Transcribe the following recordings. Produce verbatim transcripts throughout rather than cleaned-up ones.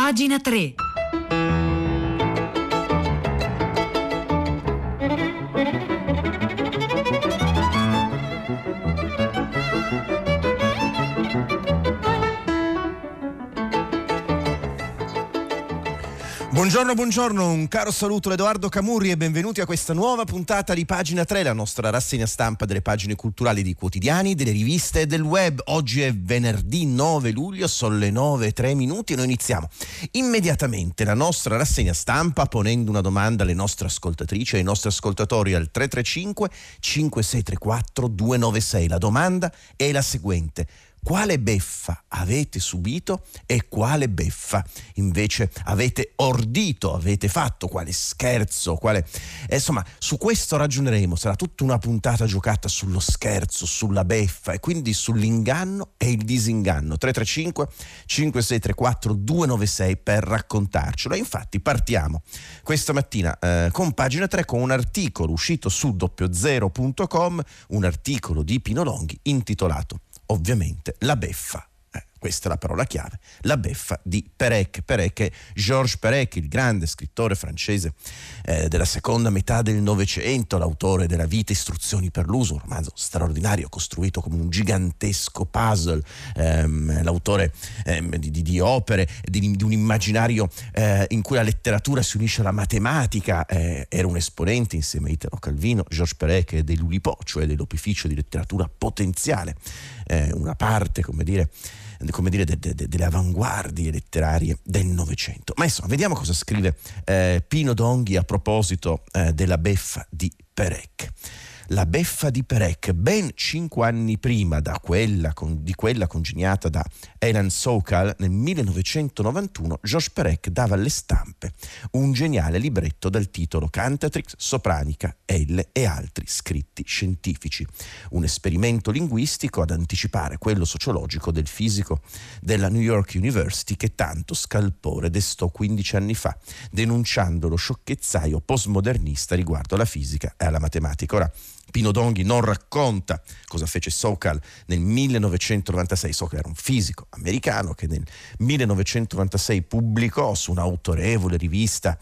Pagina tre. Buongiorno, buongiorno, un caro saluto da Edoardo Camurri e benvenuti a questa nuova puntata di Pagina tre, la nostra rassegna stampa delle pagine culturali dei quotidiani, delle riviste e del web. Oggi è venerdì nove luglio, sono le nove e tre minuti e noi iniziamo immediatamente la nostra rassegna stampa ponendo una domanda alle nostre ascoltatrici e ai nostri ascoltatori al tre tre cinque cinque sei tre quattro due nove sei. La domanda è la seguente: quale beffa avete subito e quale beffa invece avete ordito, avete fatto, quale scherzo, quale... Eh, insomma, su questo ragioneremo, sarà tutta una puntata giocata sullo scherzo, sulla beffa e quindi sull'inganno e il disinganno. tre tre cinque cinque sei tre quattro due nove sei per raccontarcelo. E infatti partiamo questa mattina eh, con Pagina tre con un articolo uscito su doppio zero punto com, un articolo di Pino Longhi intitolato ovviamente La beffa. Eh, questa è la parola chiave, la beffa di Perec. Perec è Georges Perec, il grande scrittore francese eh, della seconda metà del Novecento, l'autore della Vita, istruzioni per l'uso, un romanzo straordinario costruito come un gigantesco puzzle, ehm, l'autore ehm, di, di, di opere, di, di un immaginario eh, in cui la letteratura si unisce alla matematica. Eh, era un esponente insieme a Italo Calvino, Georges Perec, dell'Oulipo, cioè dell'opificio di letteratura potenziale, eh, una parte, come dire, come dire de, de, de, delle avanguardie letterarie del Novecento. Ma insomma, vediamo cosa scrive eh, Pino Longhi a proposito eh, della beffa di Perec. La beffa di Perec, ben cinque anni prima da quella con, di quella congeniata da Elan Sokal, nel millenovecentonovantuno Georges Perec dava alle stampe un geniale libretto dal titolo Cantatrix Sopranica, Elle e altri scritti scientifici, un esperimento linguistico ad anticipare quello sociologico del fisico della New York University che tanto scalpore destò quindici anni fa, denunciando lo sciocchezzaio postmodernista riguardo alla fisica e alla matematica. Ora, Pino Longhi non racconta cosa fece Sokal nel millenovecentonovantasei. Sokal era un fisico americano che nel millenovecentonovantasei pubblicò su un'autorevole rivista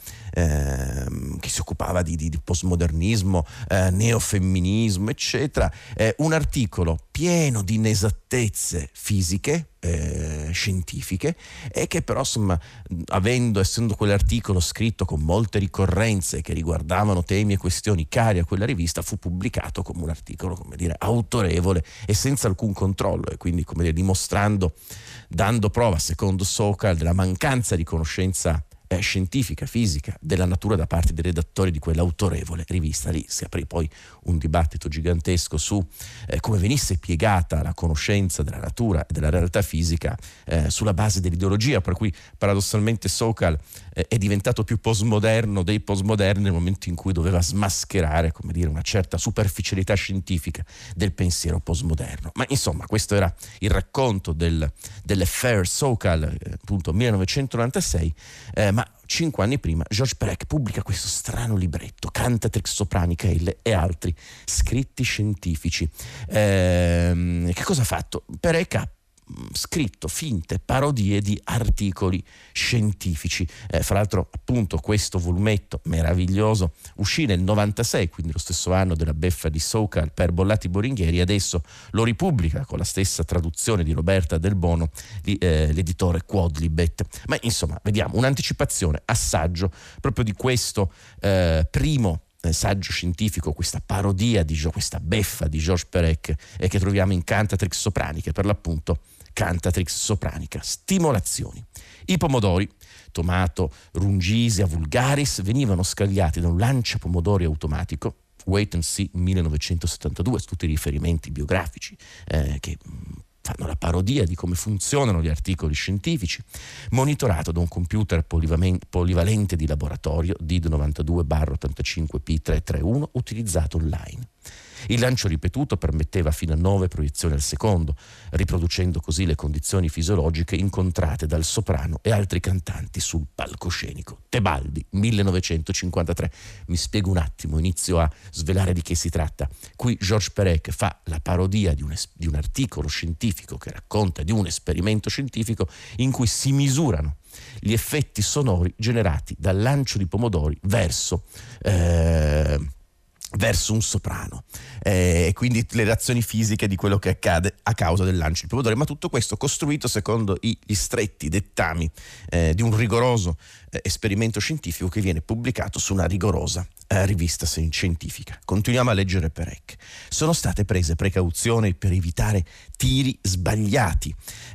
eh, che si occupava di, di, di postmodernismo, eh, neofemminismo, eccetera, eh, un articolo pieno di inesattezze fisiche, Eh, scientifiche, e che però, insomma, avendo essendo quell'articolo scritto con molte ricorrenze che riguardavano temi e questioni cari a quella rivista, fu pubblicato come un articolo, come dire, autorevole e senza alcun controllo, e quindi, come dire, dimostrando, dando prova, secondo Sokal, della mancanza di conoscenza Eh, scientifica, fisica, della natura da parte dei redattori di quell'autorevole rivista. Lì si aprì poi un dibattito gigantesco su eh, come venisse piegata la conoscenza della natura e della realtà fisica eh, sulla base dell'ideologia, per cui paradossalmente Sokal eh, è diventato più postmoderno dei postmoderni nel momento in cui doveva smascherare, come dire, una certa superficialità scientifica del pensiero postmoderno. Ma insomma, questo era il racconto del, dell'affaire Sokal, eh, appunto millenovecentonovantasei, eh, ma cinque anni prima Georges Perec pubblica questo strano libretto, Cantatrix Sopranica, Elle e altri scritti scientifici. Eh, che cosa ha fatto? Perec ha scritto finte parodie di articoli scientifici. Eh, fra l'altro, appunto, questo volumetto meraviglioso uscì nel novantasei, quindi lo stesso anno della beffa di Sokal per Bollati Boringhieri. Adesso lo ripubblica con la stessa traduzione di Roberta Del Bono, di, eh, l'editore Quodlibet. Ma insomma, vediamo un'anticipazione, assaggio proprio di questo eh, primo saggio scientifico, questa parodia di questa beffa di Georges Perec eh, che troviamo in Cantatrix Sopranica, per l'appunto Cantatrix Sopranica. Stimolazioni. I pomodori, Tomato Rungisia vulgaris, venivano scagliati da un lanciapomodori automatico, Wait and See millenovecentosettantadue, tutti i riferimenti biografici eh, che fanno la parodia di come funzionano gli articoli scientifici, monitorato da un computer polivalente di laboratorio D I D novantadue ottantacinque P trecentotrentatré utilizzato online. Il lancio ripetuto permetteva fino a nove proiezioni al secondo, riproducendo così le condizioni fisiologiche incontrate dal soprano e altri cantanti sul palcoscenico. Tebaldi, millenovecentocinquantatré. Mi spiego un attimo, inizio a svelare di che si tratta. Qui Georges Perec fa la parodia di un, es- di un articolo scientifico che racconta di un esperimento scientifico in cui si misurano gli effetti sonori generati dal lancio di pomodori verso eh, verso un soprano e eh, quindi le reazioni fisiche di quello che accade a causa del lancio di pomodori, ma tutto questo costruito secondo gli stretti dettami eh, di un rigoroso eh, esperimento scientifico che viene pubblicato su una rigorosa eh, rivista scientifica. Continuiamo a leggere Perec. Sono state prese precauzioni per evitare tiri sbagliati,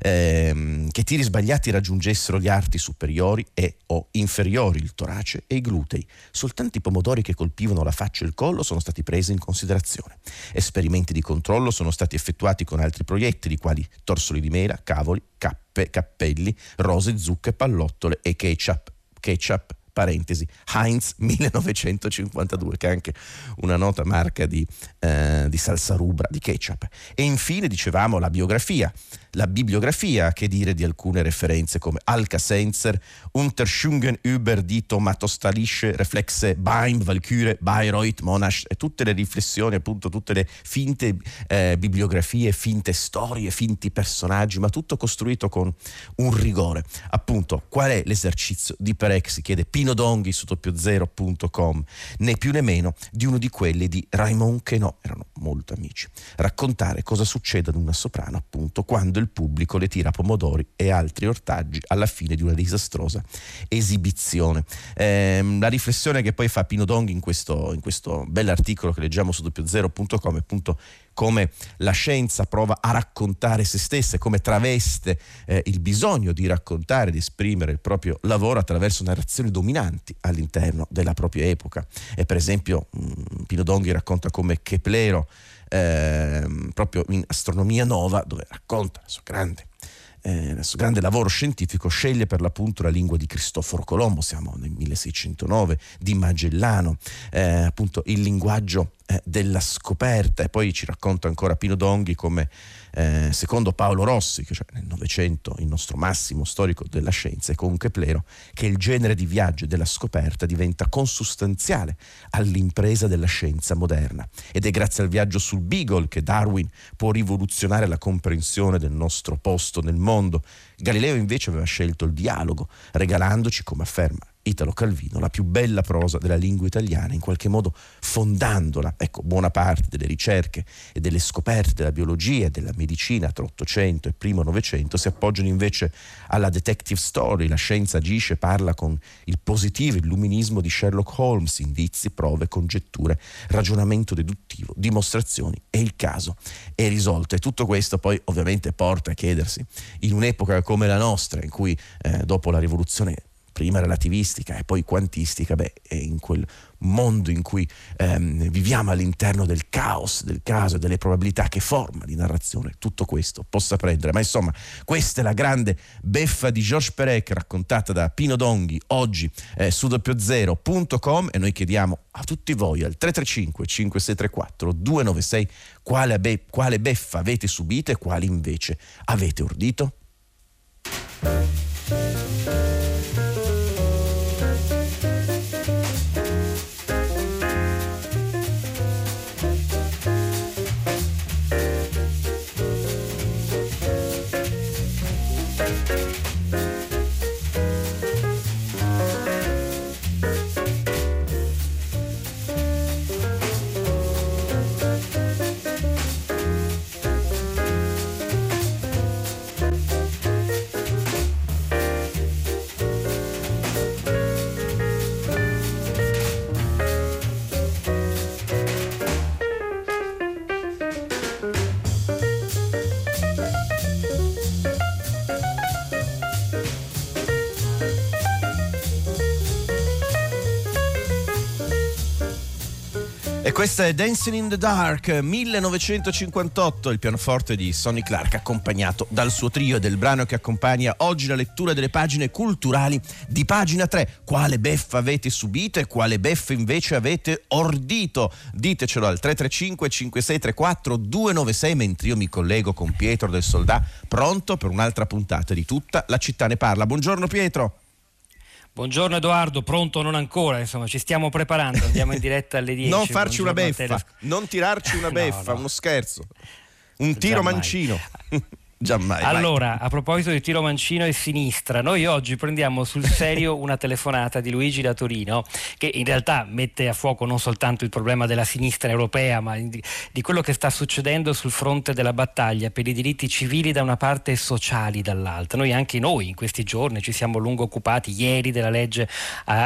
ehm, che tiri sbagliati raggiungessero gli arti superiori e o inferiori, il torace e i glutei. Soltanto i pomodori che colpivano la faccia e il collo sono stati presi in considerazione. Esperimenti di controllo sono stati effettuati con altri proiettili, quali torsoli di mela, cavoli, cappe, cappelli, rose, zucche, pallottole e ketchup. Ketchup, parentesi, Heinz millenovecentocinquantadue, che è anche una nota marca di, eh, di salsa rubra, di ketchup. E infine, dicevamo, la biografia, la bibliografia, che dire di alcune referenze come Alka-Seltzer, Untersuchungen über die tomatostalische Reflexe beim Walküre Bayreuth Monash, e tutte le riflessioni, appunto tutte le finte eh, bibliografie, finte storie, finti personaggi, ma tutto costruito con un rigore. Appunto, qual è l'esercizio di Perec, si chiede Pino Donghi su doppio zero punto com, né più né meno di uno di quelli di Raymond Queneau, erano molto amici. Raccontare cosa succede ad una soprano, appunto, quando il pubblico le tira pomodori e altri ortaggi alla fine di una disastrosa esibizione. Ehm, la riflessione che poi fa Pino Donghi in questo, in questo bell'articolo che leggiamo su doppio zero punto com è appunto come la scienza prova a raccontare se stessa, come traveste eh, il bisogno di raccontare, di esprimere il proprio lavoro attraverso narrazioni dominanti all'interno della propria epoca. E per esempio mh, Pino Donghi racconta come Keplero, eh, proprio in Astronomia Nova, dove racconta la sua grande Eh, il suo grande lavoro scientifico, sceglie per l'appunto la lingua di Cristoforo Colombo, siamo nel milleseicentonove, di Magellano, eh, appunto il linguaggio eh, della scoperta. E poi ci racconta ancora Pino Donghi come eh, secondo Paolo Rossi, che cioè nel Novecento il nostro massimo storico della scienza, e con Keplero, che il genere di viaggio e della scoperta diventa consustanziale all'impresa della scienza moderna, ed è grazie al viaggio sul Beagle che Darwin può rivoluzionare la comprensione del nostro posto nel mondo. Galileo invece aveva scelto il dialogo, regalandoci, come afferma Italo Calvino, la più bella prosa della lingua italiana, in qualche modo fondandola. Ecco, buona parte delle ricerche e delle scoperte della biologia e della medicina tra Ottocento e primo Novecento si appoggiano invece alla detective story. La scienza agisce, parla con il positivo illuminismo di Sherlock Holmes, indizi, prove, congetture, ragionamento deduttivo, dimostrazioni, e il caso è risolto. E tutto questo poi ovviamente porta a chiedersi, in un'epoca come la nostra, in cui eh, dopo la rivoluzione prima relativistica e poi quantistica, beh, è in quel mondo in cui ehm, viviamo all'interno del caos, del caso e delle probabilità, che forma di narrazione tutto questo possa prendere. Ma insomma, questa è la grande beffa di Georges Perec, raccontata da Pino Donghi oggi eh, su doppio zero punto com, e noi chiediamo a tutti voi al tre tre cinque cinque sei tre quattro due nove sei quale, be- quale beffa avete subito e quali invece avete ordito. E questa è Dancing in the Dark, millenovecentocinquantotto, il pianoforte di Sonny Clark accompagnato dal suo trio, del brano che accompagna oggi la lettura delle pagine culturali di Pagina tre. Quale beffa avete subito e quale beffa invece avete ordito? Ditecelo al tre tre cinque cinque sei tre quattro due nove sei, mentre io mi collego con Pietro del Soldà, pronto per un'altra puntata di Tutta la città ne parla. Buongiorno Pietro. Buongiorno Edoardo, pronto non ancora, insomma ci stiamo preparando, andiamo in diretta alle dieci. Non farci una Buongiorno beffa, non tirarci una beffa, no, no. uno scherzo, un tiro Giammai. mancino. Giammai, allora, vai. A proposito di tiro mancino e sinistra, noi oggi prendiamo sul serio una telefonata di Luigi da Torino, che in realtà mette a fuoco non soltanto il problema della sinistra europea, ma di, di quello che sta succedendo sul fronte della battaglia per i diritti civili da una parte e sociali dall'altra. Noi, anche noi, in questi giorni ci siamo a lungo occupati, ieri della legge uh,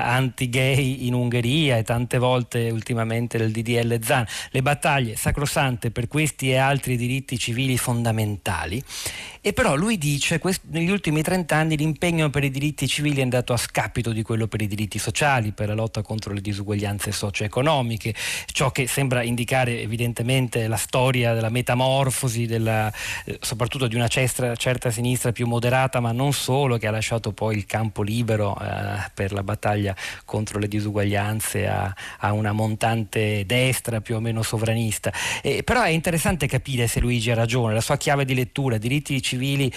anti-gay in Ungheria e tante volte ultimamente del D D L Zan, le battaglie sacrosante per questi e altri diritti civili fondamentali. E però lui dice che negli ultimi trent'anni l'impegno per i diritti civili è andato a scapito di quello per i diritti sociali, per la lotta contro le disuguaglianze socio-economiche, ciò che sembra indicare evidentemente la storia della metamorfosi della, eh, soprattutto di una certa, certa sinistra più moderata, ma non solo, che ha lasciato poi il campo libero eh, per la battaglia contro le disuguaglianze a, a una montante destra più o meno sovranista. Eh, però è interessante capire se Luigi ha ragione, la sua chiave di lettura, diritti civili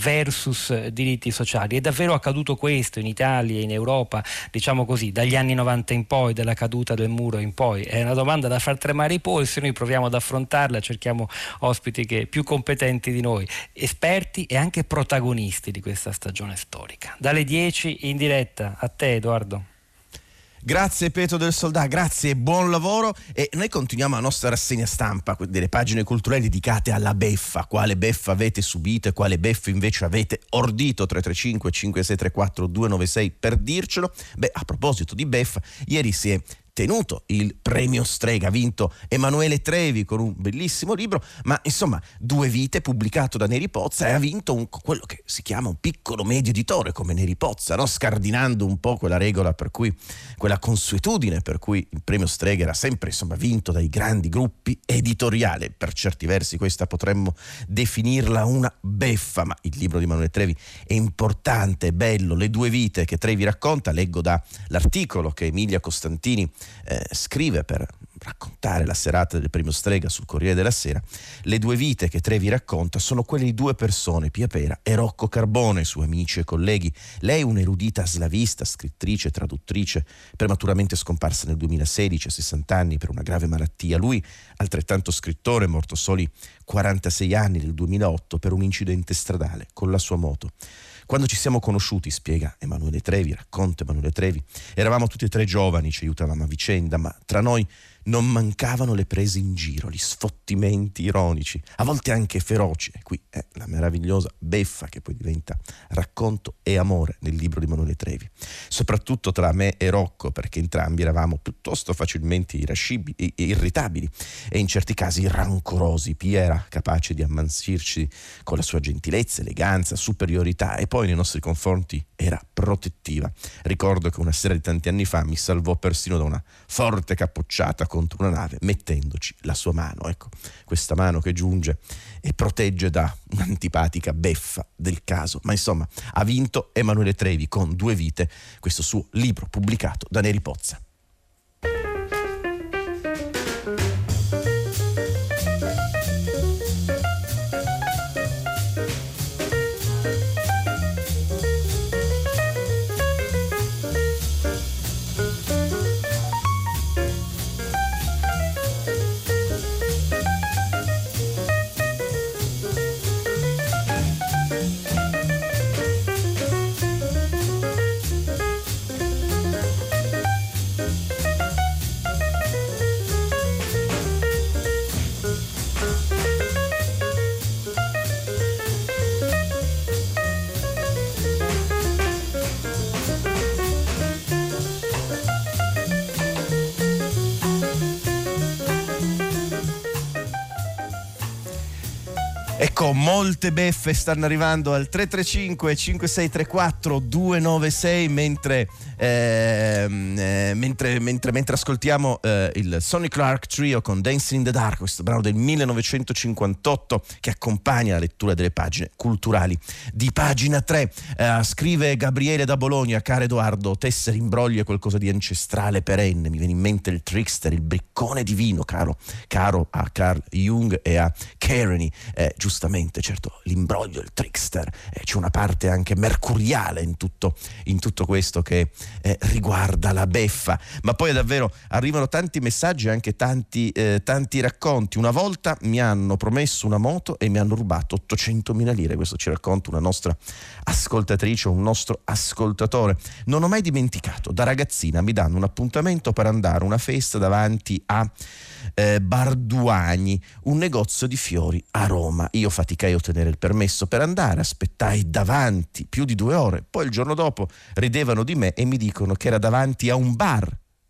versus diritti sociali. È davvero accaduto questo in Italia, in Europa, diciamo così, dagli anni novanta in poi, dalla caduta del muro in poi? È una domanda da far tremare i polsi, noi proviamo ad affrontarla, cerchiamo ospiti che più competenti di noi, esperti e anche protagonisti di questa stagione storica. Dalle dieci in diretta, a te Edoardo. Grazie Pietro del Soldà, grazie e buon lavoro. E noi continuiamo la nostra rassegna stampa delle pagine culturali dedicate alla beffa. Quale beffa avete subito e quale beffa invece avete ordito? Tre tre cinque cinque sei tre quattro due nove sei per dircelo. Beh, a proposito di beffa, ieri si è tenuto il premio Strega, ha vinto Emanuele Trevi con un bellissimo libro, ma insomma Due vite, pubblicato da Neri Pozza, e ha vinto un, quello che si chiama un piccolo medio editore come Neri Pozza, no? Scardinando un po' quella regola per cui, quella consuetudine per cui il premio Strega era sempre insomma vinto dai grandi gruppi editoriali. Per certi versi questa potremmo definirla una beffa, ma il libro di Emanuele Trevi è importante, è bello. Le due vite che Trevi racconta, leggo dall'articolo che Emilia Costantini Eh, scrive per raccontare la serata del premio Strega sul Corriere della Sera. Le due vite che Trevi racconta sono quelle di due persone, Pia Pera e Rocco Carbone, suoi amici e colleghi. Lei un'erudita slavista, scrittrice, traduttrice, prematuramente scomparsa nel duemilasedici a sessanta anni per una grave malattia. Lui, altrettanto scrittore, morto a soli quarantasei anni nel duemilaotto per un incidente stradale con la sua moto. Quando ci siamo conosciuti, spiega Emanuele Trevi, racconta Emanuele Trevi, eravamo tutti e tre giovani, ci aiutavamo a vicenda, ma tra noi non mancavano le prese in giro, gli sfottimenti ironici, a volte anche feroci. E qui è la meravigliosa beffa che poi diventa racconto e amore nel libro di Emanuele Trevi. Soprattutto tra me e Rocco, perché entrambi eravamo piuttosto facilmente irascibili, irritabili e in certi casi rancorosi. Pia era capace di ammansirci con la sua gentilezza, eleganza, superiorità, e poi nei nostri confronti era protettiva. Ricordo che una sera di tanti anni fa mi salvò persino da una forte capocciata contro una nave mettendoci la sua mano. Ecco, questa mano che giunge e protegge da un'antipatica beffa del caso. Ma insomma, ha vinto Emanuele Trevi con Due vite, questo suo libro pubblicato da Neri Pozza. Ecco, molte beffe stanno arrivando al tre tre cinque cinque sei tre quattro due nove sei mentre, eh, eh, mentre, mentre, mentre ascoltiamo eh, il Sonny Clark Trio con Dancing in the Dark, questo brano del millenovecentocinquantotto che accompagna la lettura delle pagine culturali di Pagina tre. Eh, scrive Gabriele da Bologna: caro Edoardo, tessere imbrogli è qualcosa di ancestrale perenne, mi viene in mente il trickster, il briccone divino, caro, caro a Carl Jung e a Kearney. Eh, giustamente, certo, l'imbroglio, il trickster, eh, c'è una parte anche mercuriale in tutto, in tutto questo che eh, riguarda la beffa, ma poi davvero arrivano tanti messaggi e anche tanti, eh, tanti racconti. Una volta mi hanno promesso una moto e mi hanno rubato ottocentomila lire, questo ci racconta una nostra ascoltatrice, un nostro ascoltatore. Non ho mai dimenticato, da ragazzina mi danno un appuntamento per andare a una festa davanti a Eh, Barduani, un negozio di fiori a Roma. Io faticai a ottenere il permesso per andare, aspettai davanti più di due ore, poi il giorno dopo ridevano di me e mi dicono che era davanti a un bar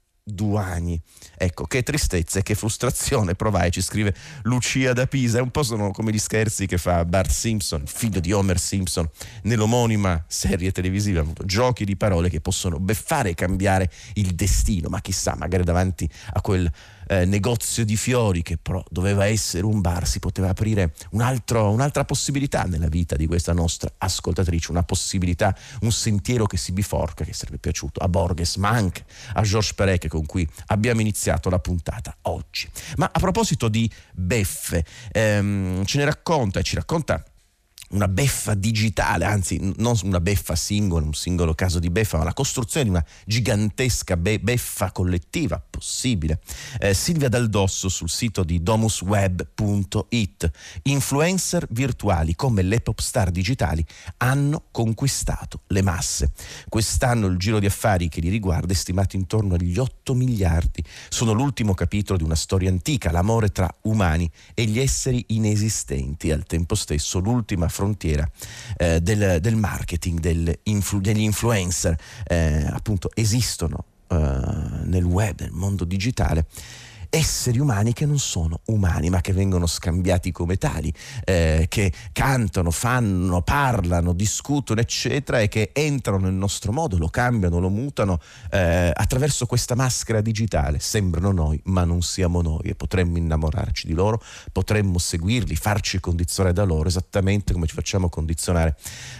Duani. Ecco, che tristezza e che frustrazione provai, ci scrive Lucia da Pisa. Un po' sono come gli scherzi che fa Bart Simpson, figlio di Homer Simpson, nell'omonima serie televisiva, appunto, giochi di parole che possono beffare e cambiare il destino, ma chissà, magari davanti a quel Eh, negozio di fiori che però doveva essere un bar si poteva aprire un altro, un'altra possibilità nella vita di questa nostra ascoltatrice, una possibilità, un sentiero che si biforca, che sarebbe piaciuto a Borges ma anche a Georges Perec, con cui abbiamo iniziato la puntata oggi. Ma a proposito di beffe, ehm, ce ne racconta e ci racconta una beffa digitale, anzi non una beffa singola, un singolo caso di beffa, ma la costruzione di una gigantesca be- beffa collettiva possibile. Eh, Silvia Dal Dosso sul sito di domus web punto it: influencer virtuali come le pop star digitali hanno conquistato le masse. Quest'anno il giro di affari che li riguarda è stimato intorno agli otto miliardi. Sono l'ultimo capitolo di una storia antica, l'amore tra umani e gli esseri inesistenti, e al tempo stesso l'ultima frontiera eh, del, del marketing, del influ- degli influencer. Eh, appunto esistono eh, nel web, nel mondo digitale, esseri umani che non sono umani ma che vengono scambiati come tali, eh, che cantano, fanno, parlano, discutono eccetera, e che entrano nel nostro modo, lo cambiano, lo mutano eh, attraverso questa maschera digitale. Sembrano noi ma non siamo noi, e potremmo innamorarci di loro, potremmo seguirli, farci condizionare da loro, esattamente come ci facciamo condizionare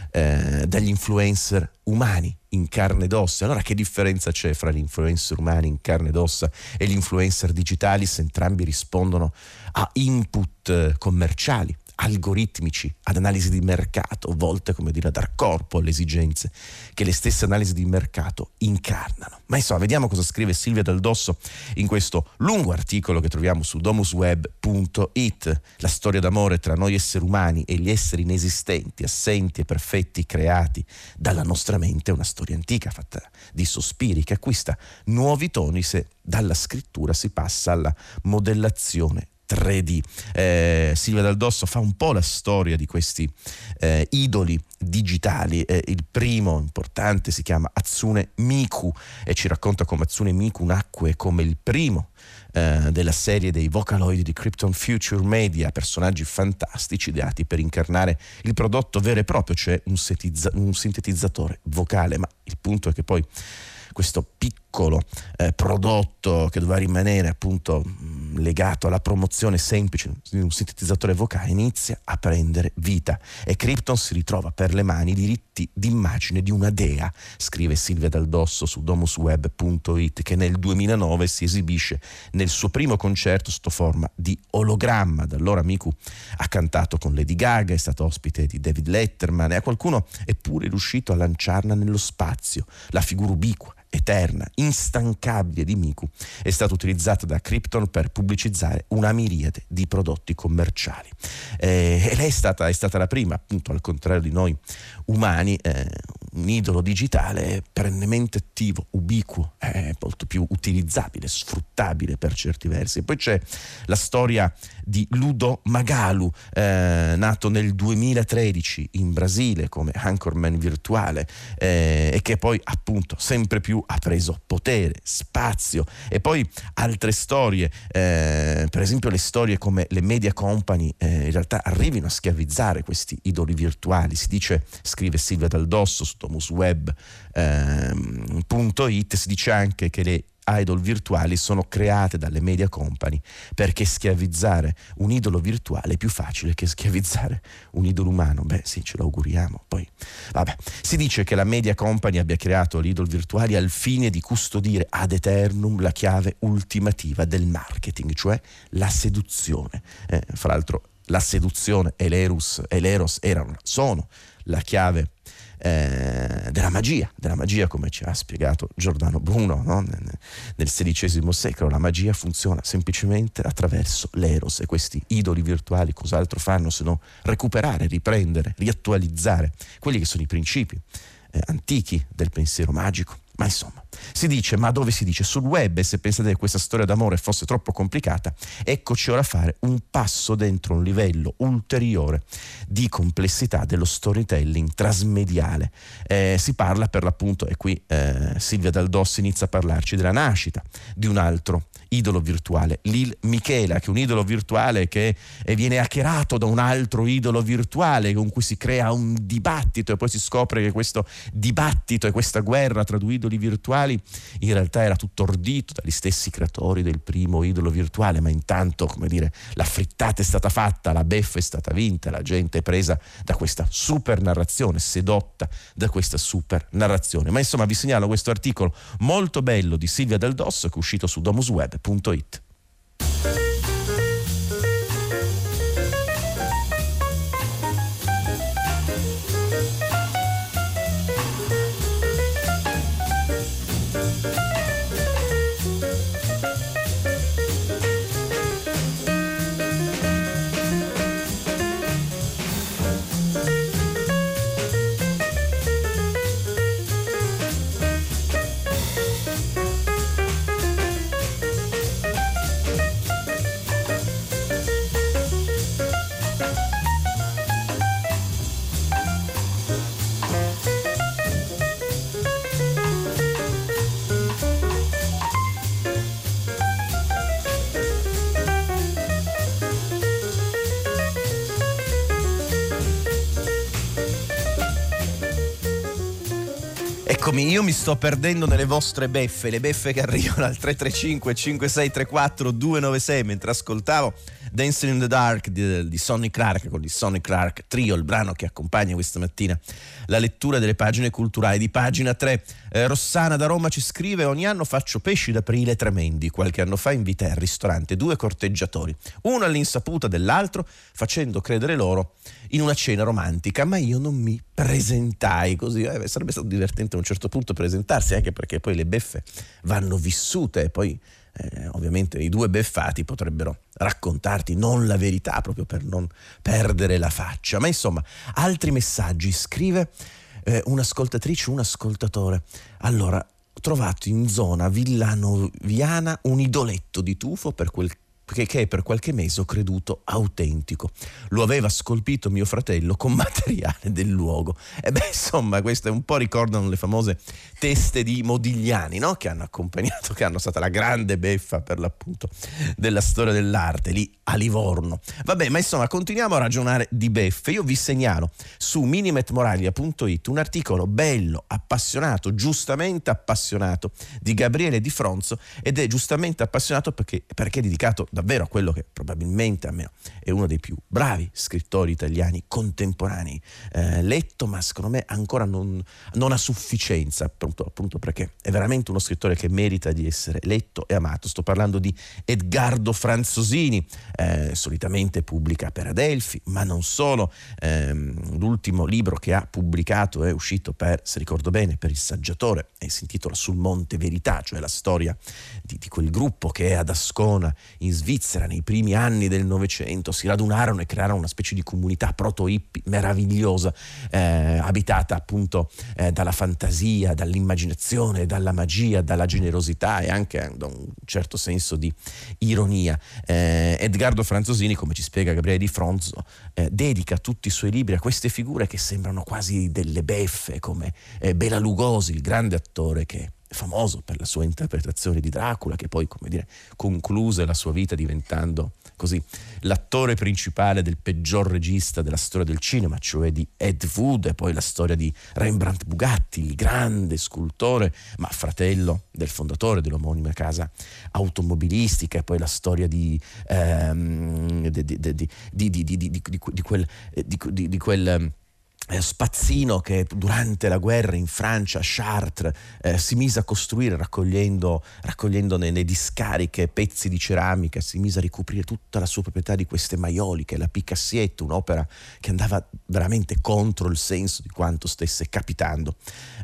eh, dagli influencer umani in carne ed ossa. Allora che differenza c'è fra gli influencer umani in carne ed ossa e gli influencer digitali, se entrambi rispondono a input commerciali, algoritmici, ad analisi di mercato, volte, come dire, a dar corpo alle esigenze che le stesse analisi di mercato incarnano? Ma insomma, vediamo cosa scrive Silvia Dal Dosso in questo lungo articolo che troviamo su domus web punto it. La storia d'amore tra noi esseri umani e gli esseri inesistenti, assenti e perfetti, creati dalla nostra mente, è una storia antica fatta di sospiri che acquista nuovi toni se dalla scrittura si passa alla modellazione tre D. Eh, Silvia Dal Dosso fa un po' la storia di questi eh, idoli digitali. Eh, il primo importante si chiama Hatsune Miku e ci racconta come Hatsune Miku nacque come il primo eh, della serie dei Vocaloid di Krypton Future Media, personaggi fantastici ideati per incarnare il prodotto vero e proprio, cioè un, setizza- un sintetizzatore vocale. Ma il punto è che poi questo piccolo eh, prodotto che doveva rimanere appunto mh, legato alla promozione semplice di un sintetizzatore vocale inizia a prendere vita e Krypton si ritrova per le mani i diritti d'immagine di una dea, scrive Silvia Dal Dosso su domus web punto it, che nel duemilanove si esibisce nel suo primo concerto sotto forma di ologramma. Da allora Miku ha cantato con Lady Gaga, è stato ospite di David Letterman e a qualcuno è pure riuscito a lanciarla nello spazio. La figura ubiqua, eterna, instancabile di Miku è stata utilizzata da Krypton per pubblicizzare una miriade di prodotti commerciali. Eh, e lei è stata, è stata la prima, appunto, al contrario di noi umani, eh, un idolo digitale perennemente attivo, ubiquo, eh, molto più utilizzabile, sfruttabile per certi versi. E poi c'è la storia di Ludo Magalu, eh, nato nel duemilatredici in Brasile come anchorman virtuale, eh, e che poi appunto sempre più ha preso potere, spazio. E poi altre storie, eh, eh, per esempio le storie come le media company eh, in realtà arrivino a schiavizzare questi idoli virtuali. Si dice, scrive Silvia Dal Dosso su domusweb punto it, si dice anche che le idol virtuali sono create dalle media company perché schiavizzare un idolo virtuale è più facile che schiavizzare un idolo umano. Beh sì, ce lo auguriamo. Poi vabbè, si dice che la media company abbia creato le idol virtuali al fine di custodire ad eternum la chiave ultimativa del marketing, cioè la seduzione. Eh, fra l'altro la seduzione e l'eros, e l'eros erano, sono la chiave Eh, della magia, della magia come ci ha spiegato Giordano Bruno, no? Nel sedicesimo secolo la magia funziona semplicemente attraverso l'eros, e questi idoli virtuali cos'altro fanno se non recuperare, riprendere, riattualizzare quelli che sono i principi eh, antichi del pensiero magico. Ma insomma, si dice, ma dove si dice? Sul web. E se pensate che questa storia d'amore fosse troppo complicata, eccoci ora a fare un passo dentro un livello ulteriore di complessità dello storytelling trasmediale. Eh, si parla per l'appunto, e qui eh, Silvia Dal Dosso inizia a parlarci della nascita di un altro idolo virtuale, Lil Michela, che è un idolo virtuale che viene hackerato da un altro idolo virtuale con cui si crea un dibattito, e poi si scopre che questo dibattito e questa guerra tra due idoli virtuali in realtà era tutto ordito dagli stessi creatori del primo idolo virtuale. Ma intanto, come dire, la frittata è stata fatta, la beffa è stata vinta, la gente è presa da questa super narrazione, sedotta da questa super narrazione. Ma insomma, vi segnalo questo articolo molto bello di Silvia Dal Dosso che è uscito su domusweb punto it. Eccomi, io mi sto perdendo nelle vostre beffe, le beffe che arrivano al tre tre cinque cinque sei tre quattro due nove sei mentre ascoltavo Dancing in the Dark di, di Sonny Clark con il Sonny Clark Trio, il brano che accompagna questa mattina la lettura delle pagine culturali di Pagina tre. Eh, Rossana da Roma ci scrive: ogni anno faccio pesci d'aprile tremendi. Qualche anno fa invitai al ristorante due corteggiatori, uno all'insaputa dell'altro, facendo credere loro in una cena romantica, ma io non mi presentai. Così eh, sarebbe stato divertente a un certo punto presentarsi, anche perché poi le beffe vanno vissute, e poi eh, ovviamente i due beffati potrebbero raccontarti non la verità, proprio per non perdere la faccia. Ma insomma, altri messaggi. Scrive eh, un'ascoltatrice, un ascoltatore: allora, ho trovato in zona Villanoviana un idoletto di tufo per quel che, che per qualche mese ho creduto autentico. Lo aveva scolpito mio fratello con materiale del luogo. E beh, insomma, queste un po' ricordano le famose teste di Modigliani, no? Che hanno accompagnato, che hanno stata la grande beffa per l'appunto della storia dell'arte lì a Livorno. Vabbè, ma insomma, continuiamo a ragionare di beffe. Io vi segnalo su minimetmoraglia punto it un articolo bello, appassionato, giustamente appassionato, di Gabriele Di Fronzo, ed è giustamente appassionato perché, perché è dedicato davvero a quello che probabilmente a me è uno dei più bravi scrittori italiani contemporanei, eh, letto, ma secondo me ancora non, non a sufficienza, appunto, appunto perché è veramente uno scrittore che merita di essere letto e amato. Sto parlando di Edgardo Franzosini, eh, solitamente pubblica per Adelphi, ma non solo. Eh, l'ultimo libro che ha pubblicato è uscito per, se ricordo bene, per Il Saggiatore, e si intitola Sul Monte Verità, cioè la storia di, di quel gruppo che ad Ascona in Svizzera nei primi anni del Novecento si radunarono e crearono una specie di comunità proto-hippie meravigliosa, eh, abitata appunto eh, dalla fantasia, dall'immaginazione, dalla magia, dalla generosità e anche da un certo senso di ironia. Eh, Edgardo Franzosini, come ci spiega Gabriele Di Fronzo, eh, dedica tutti i suoi libri a queste figure che sembrano quasi delle beffe, come eh, Bela Lugosi, il grande attore che famoso per la sua interpretazione di Dracula, che poi, come dire, concluse la sua vita diventando così l'attore principale del peggior regista della storia del cinema, cioè di Ed Wood, e poi la storia di Rembrandt Bugatti, il grande scultore, ma fratello del fondatore dell'omonima casa automobilistica, e poi la storia di ehm, di, di, di, di, di, di, di, di quel di, di, di quel Eh, spazzino che durante la guerra in Francia, a Chartres, eh, si mise a costruire raccogliendo, raccogliendo nelle discariche pezzi di ceramica, si mise a ricoprire tutta la sua proprietà di queste maioliche, la Picassiette, un'opera che andava veramente contro il senso di quanto stesse capitando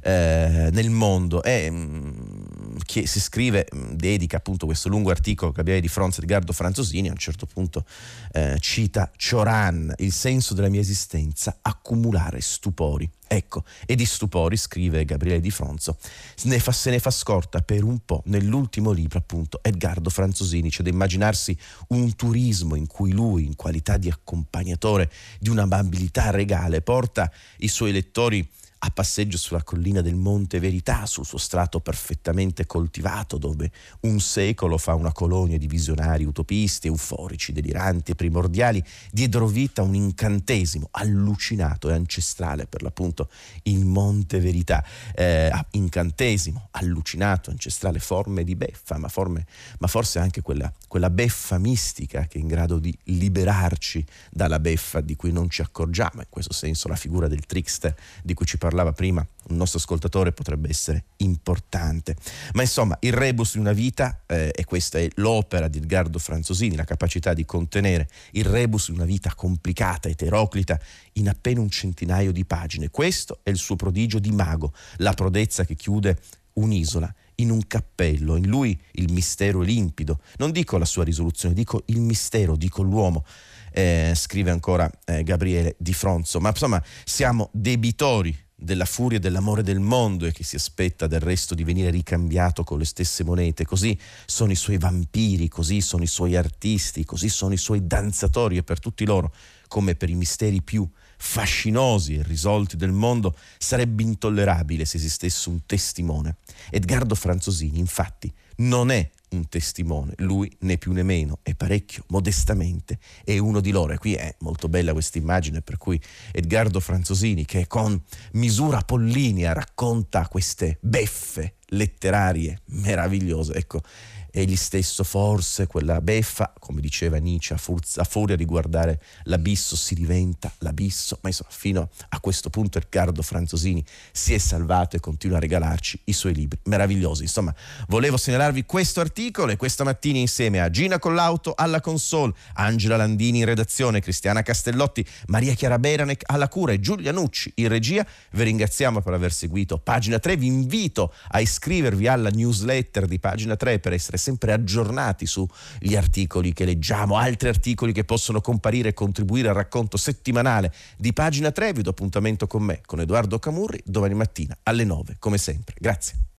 eh, nel mondo. E mh, chi si scrive, mh, dedica appunto questo lungo articolo Gabriele Di Fronzo, Edgardo Franzosini, a un certo punto eh, cita Cioran: il senso della mia esistenza, accumulare stupori. Ecco, e di stupori, scrive Gabriele Di Fronzo, ne fa, se ne fa scorta per un po' nell'ultimo libro, appunto, Edgardo Franzosini. C'è da immaginarsi un turismo in cui lui, in qualità di accompagnatore di un'amabilità regale, porta i suoi lettori a passeggio sulla collina del Monte Verità, sul suo strato perfettamente coltivato, dove un secolo fa una colonia di visionari utopisti, euforici, deliranti e primordiali diedero vita a un incantesimo allucinato e ancestrale, per l'appunto il Monte Verità, eh, incantesimo, allucinato, ancestrale, forme di beffa, ma, forme, ma forse anche quella, quella beffa mistica che è in grado di liberarci dalla beffa di cui non ci accorgiamo. In questo senso la figura del trickster di cui ci parlava prima un nostro ascoltatore potrebbe essere importante. Ma insomma, il rebus di una vita, eh, e questa è l'opera di Edgardo Franzosini, la capacità di contenere il rebus di una vita complicata, eteroclita, in appena un centinaio di pagine. Questo è il suo prodigio di mago, la prodezza che chiude un'isola in un cappello. In lui il mistero è limpido. Non dico la sua risoluzione, dico il mistero, dico l'uomo. Eh, scrive ancora eh, Gabriele Di Fronzo. Ma insomma, siamo debitori della furia e dell'amore del mondo, e che si aspetta del resto di venire ricambiato con le stesse monete. Così sono i suoi vampiri, così sono i suoi artisti, così sono i suoi danzatori, e per tutti loro, come per i misteri più fascinosi e irrisolti del mondo, sarebbe intollerabile se esistesse un testimone. Edgardo Franzosini, infatti, non è un testimone, lui né più né meno, e parecchio modestamente è uno di loro. E qui è molto bella questa immagine per cui Edgardo Franzosini, che con misura apollinea racconta queste beffe letterarie meravigliose, ecco, egli stesso forse quella beffa, come diceva Nietzsche, a, forza, a furia di guardare l'abisso si diventa l'abisso. Ma insomma, fino a questo punto Edgardo Franzosini si è salvato e continua a regalarci i suoi libri meravigliosi. Insomma, volevo segnalarvi questo articolo, e questa mattina, insieme a Gina Collauto alla console, Angela Landini in redazione, Cristiana Castellotti, Maria Chiara Beranec alla cura e Giulia Nucci in regia, vi ringraziamo per aver seguito Pagina tre. Vi invito a iscrivervi alla newsletter di Pagina tre per essere sempre aggiornati sugli articoli che leggiamo, altri articoli che possono comparire e contribuire al racconto settimanale di Pagina tre. Vi do appuntamento con me, con Edoardo Camurri, domani mattina alle nove, come sempre. Grazie.